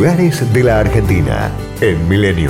Lugares de la Argentina en Millennium.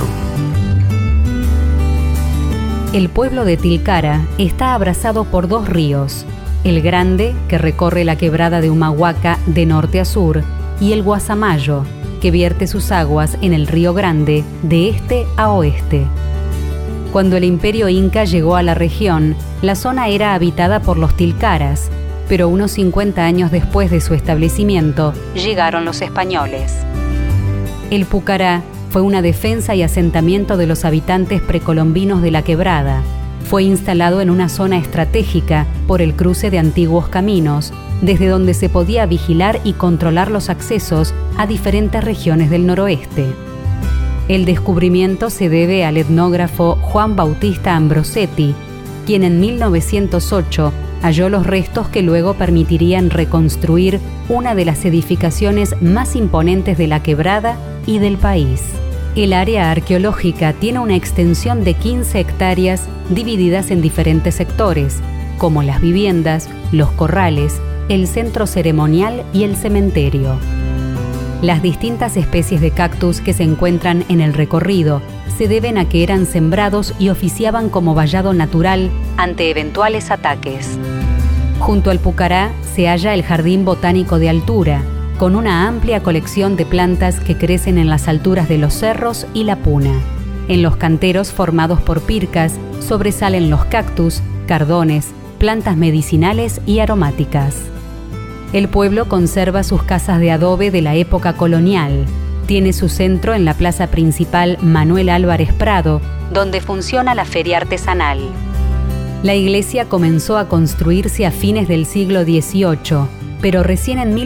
El pueblo de Tilcara está abrazado por dos ríos, el Grande, que recorre la quebrada de Humahuaca de norte a sur, y el Guasamayo, que vierte sus aguas en el río Grande de este a oeste. Cuando el imperio inca llegó a la región, la zona era habitada por los tilcaras, pero unos 50 años después de su establecimiento, llegaron los españoles. El Pucará fue una defensa y asentamiento de los habitantes precolombinos de la quebrada. Fue instalado en una zona estratégica por el cruce de antiguos caminos, desde donde se podía vigilar y controlar los accesos a diferentes regiones del noroeste. El descubrimiento se debe al etnógrafo Juan Bautista Ambrosetti, quien en 1908 halló los restos que luego permitirían reconstruir una de las edificaciones más imponentes de la quebrada y del país. El área arqueológica tiene una extensión de 15 hectáreas divididas en diferentes sectores, como las viviendas, los corrales, el centro ceremonial y el cementerio. Las distintas especies de cactus que se encuentran en el recorrido se deben a que eran sembrados y oficiaban como vallado natural ante eventuales ataques. Junto al Pucará se halla el Jardín Botánico de Altura, con una amplia colección de plantas que crecen en las alturas de los cerros y la puna. En los canteros formados por pircas sobresalen los cactus, cardones, plantas medicinales y aromáticas. El pueblo conserva sus casas de adobe de la época colonial. Tiene su centro en la plaza principal Manuel Álvarez Prado, donde funciona la feria artesanal. La iglesia comenzó a construirse a fines del siglo XVIII, pero recién en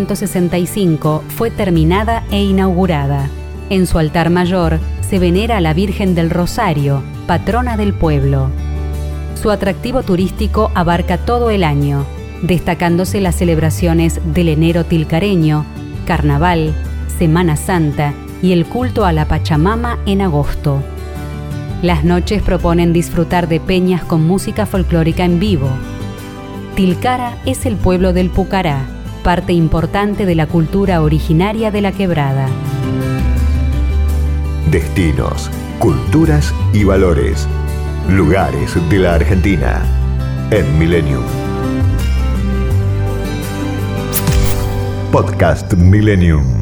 1865 fue terminada e inaugurada. En su altar mayor se venera a la Virgen del Rosario, patrona del pueblo. Su atractivo turístico abarca todo el año, destacándose las celebraciones del enero tilcareño, Carnaval, Semana Santa y el culto a la Pachamama en agosto. Las noches proponen disfrutar de peñas con música folclórica en vivo. Tilcara es el pueblo del Pucará, parte importante de la cultura originaria de la quebrada. Destinos, culturas y valores. Lugares de la Argentina en Millennium. Podcast Millennium.